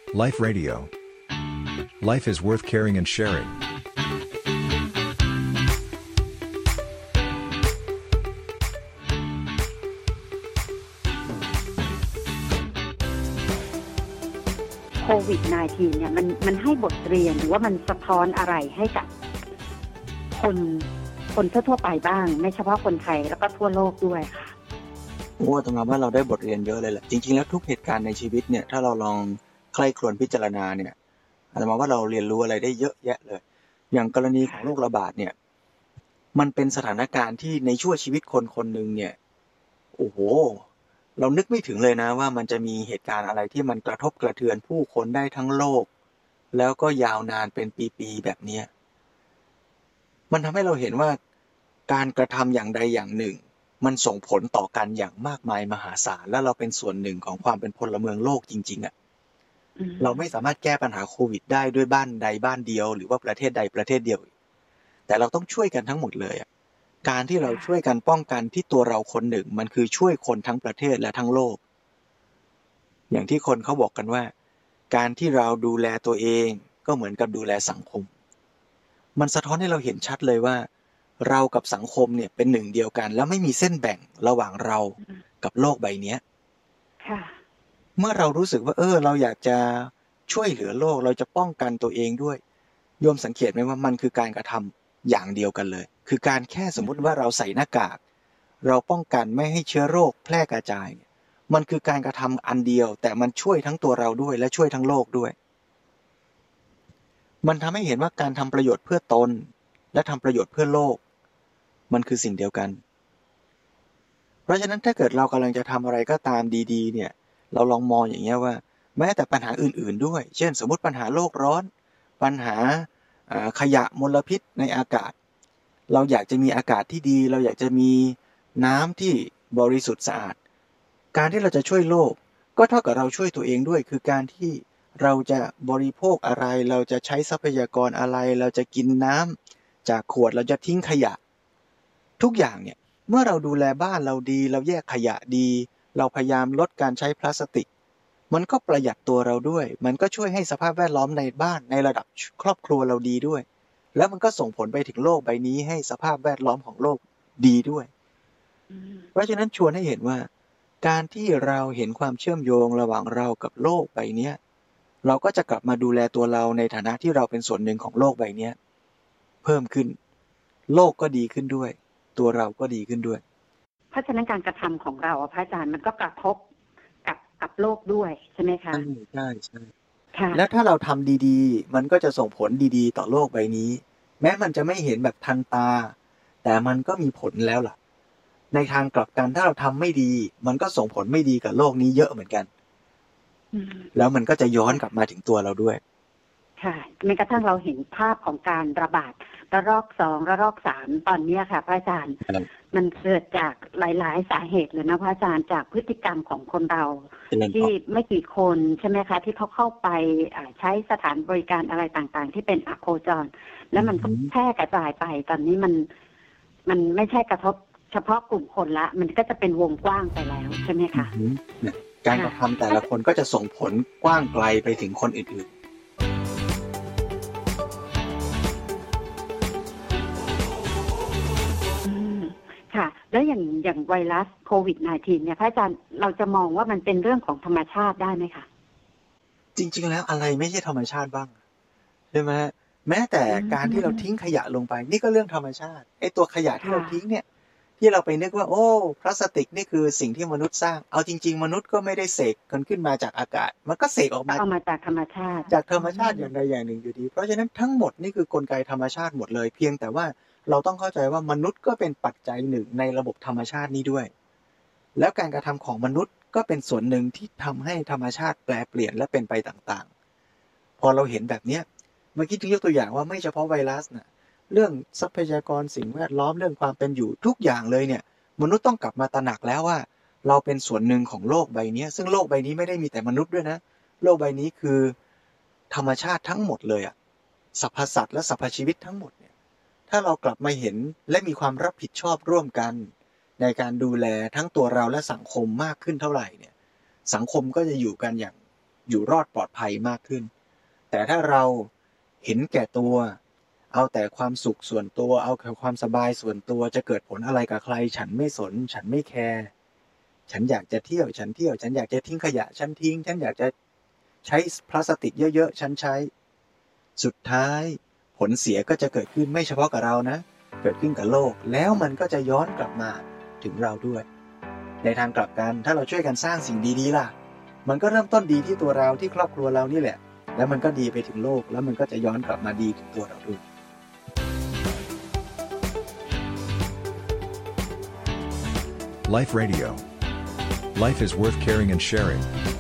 Life Radio. Life is worth caring and sharing. โควิด -19 เนี่ยมันให้บทเรียนหรือว่ามันสะท้อนอะไรให้กับคนทั่วไปบ้างไม่เฉพาะคนไทยแล้วก็ทั่วโลกด้วยค่ะอาตมาว่าเราได้บทเรียนเยอะเลยแหละจริงๆแล้วทุกเหตุการณ์ในชีวิตเนี่ยถ้าเราลองใคร่ครวญพิจารณาเนี่ยอาตมาว่าเราเรียนรู้อะไรได้เยอะแยะเลยอย่างกรณีของโรคระบาดเนี่ยมันเป็นสถานการณ์ที่ในชั่วชีวิตคนคนหนึ่งเนี่ยโอ้โหเรานึกไม่ถึงเลยนะว่ามันจะมีเหตุการณ์อะไรที่มันกระทบกระเทือนผู้คนได้ทั้งโลกแล้วก็ยาวนานเป็นปีๆแบบนี้มันทำให้เราเห็นว่าการกระทำอย่างใดอย่างหนึ่งมันส่งผลต่อกันอย่างมากมายมหาศาลและเราเป็นส่วนหนึ่งของความเป็นพลเมืองโลกจริงๆอ่ะเราไม่สามารถแก้ปัญหาโควิดได้ด้วยบ้านใดบ้านเดียวหรือว่าประเทศใดประเทศเดียวแต่เราต้องช่วยกันทั้งหมดเลยอ่ะการที่เราช่วยกันป้องกันที่ตัวเราคนหนึ่งมันคือช่วยคนทั้งประเทศและทั้งโลกอย่างที่คนเขาบอกกันว่าการที่เราดูแลตัวเองก็เหมือนกับดูแลสังคมมันสะท้อนให้เราเห็นชัดเลยว่าเรากับสังคมเนี่ยเป็นหนึ่งเดียวกันแล้วไม่มีเส้นแบ่งระหว่างเรากับโลกใบนี้เมื่อเรารู้สึกว่าเราอยากจะช่วยเหลือโลกเราจะป้องกันตัวเองด้วยโยมสังเกตไหมว่ามันคือการกระทำอย่างเดียวกันเลยคือการแค่สมมุติว่าเราใส่หน้ากากเราป้องกันไม่ให้เชื้อโรคแพร่กระจายมันคือการกระทำอันเดียวแต่มันช่วยทั้งตัวเราด้วยและช่วยทั้งโลกด้วยมันทำให้เห็นว่าการทำประโยชน์เพื่อตนและทำประโยชน์เพื่อโลกมันคือสิ่งเดียวกันเพราะฉะนั้นถ้าเกิดเรากำลังจะทำอะไรก็ตามดีๆเนี่ยเราลองมองอย่างเงี้ยว่าแม้แต่ปัญหาอื่นๆด้วยเช่นสมมุติปัญหาโลกร้อนปัญหาขยะมลพิษในอากาศเราอยากจะมีอากาศที่ดีเราอยากจะมีน้ำที่บริสุทธิ์สะอาดการที่เราจะช่วยโลกก็เท่ากับเราช่วยตัวเองด้วยคือการที่เราจะบริโภคอะไรเราจะใช้ทรัพยากรอะไรเราจะกินน้ำจากขวดเราจะทิ้งขยะทุกอย่างเนี่ยเมื่อเราดูแลบ้านเราดีเราแยกขยะดีเราพยายามลดการใช้พลาสติกมันก็ประหยัดตัวเราด้วยมันก็ช่วยให้สภาพแวดล้อมในบ้านในระดับครอบครัวเราดีด้วยแล้วมันก็ส่งผลไปถึงโลกใบนี้ให้สภาพแวดล้อมของโลกดีด้วยเพราะฉะนั้นชวนให้เห็นว่าการที่เราเห็นความเชื่อมโยงระหว่างเรากับโลกใบนี้เราก็จะกลับมาดูแลตัวเราในฐานะที่เราเป็นส่วนหนึ่งของโลกใบนี้เพิ่มขึ้นโลกก็ดีขึ้นด้วยตัวเราก็ดีขึ้นด้วยเพราะฉะนั้นการกระทำของเราพระอาจารย์มันก็กระทบกับโลกด้วยใช่ไหมคะใช่ใช่และถ้าเราทำดีๆมันก็จะส่งผลดีๆต่อโลกใบนี้แม้มันจะไม่เห็นแบบทันตาแต่มันก็มีผลแล้วล่ะในทางกลับกันถ้าเราทำไม่ดีมันก็ส่งผลไม่ดีกับโลกนี้เยอะเหมือนกันแล้วมันก็จะย้อนกลับมาถึงตัวเราด้วยค่ะแม้กระทั่งเราเห็นภาพของการระบาดระลอก2ระลอก3ตอนนี้ค่ะพระอาจารย์มันเกิดจากหลายๆสาเหตุเลยนะพระอาจารย์จากพฤติกรรมของคนเราที่ไม่กี่คนใช่ไหมคะที่เขาเข้าไปใช้สถานบริการอะไรต่างๆที่เป็นอโคจรแล้วมันก็แพร่กระจายไปตอนนี้มันไม่ใช่กระทบเฉพาะกลุ่มคนละมันก็จะเป็นวงกว้างไปแล้วใช่ไหมคะการกระทำแต่ละคนก็จะส่งผลกว้างไกลไปถึงคนอื่นๆค่ะแล้วอย่างไวรัสโควิด -19 เนี่ยพระอาจารย์เราจะมองว่ามันเป็นเรื่องของธรรมชาติได้ไหมคะจริงๆแล้วอะไรไม่ใช่ธรรมชาติบ้างใช่ไหมแม้แต่การที่เราทิ้งขยะลงไปนี่ก็เรื่องธรรมชาติไอ้ตัวขยะที่เราทิ้งเนี่ยที่เราไปนึกว่าโอ้พลาสติกนี่คือสิ่งที่มนุษย์สร้างเอาจริงๆมนุษย์ก็ไม่ได้เสกกันขึ้นมาจากอากาศมันก็เสกออกมาจากธรรมชาติอย่างใดอย่างหนึ่งอยู่ดีเพราะฉะนั้นทั้งหมดนี่คือกลไกธรรมชาติหมดเลยเพียงแต่ว่าเราต้องเข้าใจว่ามนุษย์ก็เป็นปัจจัยหนึ่งในระบบธรรมชาตินี้ด้วยแล้วการกระทำของมนุษย์ก็เป็นส่วนหนึ่งที่ทำให้ธรรมชาติแปรเปลี่ยนและเป็นไปต่างๆพอเราเห็นแบบนี้เมื่อกี้ที่ยกตัวอย่างว่าไม่เฉพาะไวรัสนะเรื่องทรัพยากรสิ่งแวดล้อมเรื่องความเป็นอยู่ทุกอย่างเลยเนี่ยมนุษย์ต้องกลับมาตระหนักแล้วว่าเราเป็นส่วนหนึ่งของโลกใบนี้ซึ่งโลกใบนี้ไม่ได้มีแต่มนุษย์ด้วยนะโลกใบนี้คือธรรมชาติทั้งหมดเลยสรรพสัตว์และสรรพชีวิตทั้งหมดเนี่ยถ้าเรากลับมาเห็นและมีความรับผิดชอบร่วมกันในการดูแลทั้งตัวเราและสังคมมากขึ้นเท่าไหร่เนี่ยสังคมก็จะอยู่กันอย่างอยู่รอดปลอดภัยมากขึ้นแต่ถ้าเราเห็นแก่ตัวเอาแต่ความสุขส่วนตัวเอาแต่ความสบายส่วนตัวจะเกิดผลอะไรกับใครฉันไม่สนฉันไม่แคร์ฉันอยากจะเที่ยวฉันเที่ยวฉันอยากจะทิ้งขยะฉันทิ้งฉันอยากจะใช้พลาสติกเยอะๆฉันใช้สุดท้ายผลเสียก็จะเกิดขึ้นไม่เฉพาะกับเรานะเกิดขึ้นกับโลกแล้วมันก็จะย้อนกลับมาถึงเราด้วยในทางกลับกันถ้าเราช่วยกันสร้างสิ่งดีๆล่ะมันก็เริ่มต้นดีที่ตัวเราที่ครอบครัวเรานี่แหละแล้วมันก็ดีไปถึงโลกแล้วมันก็จะย้อนกลับมาดีถึงตัวเราด้วย Life Radio. Life is worth caring and sharing.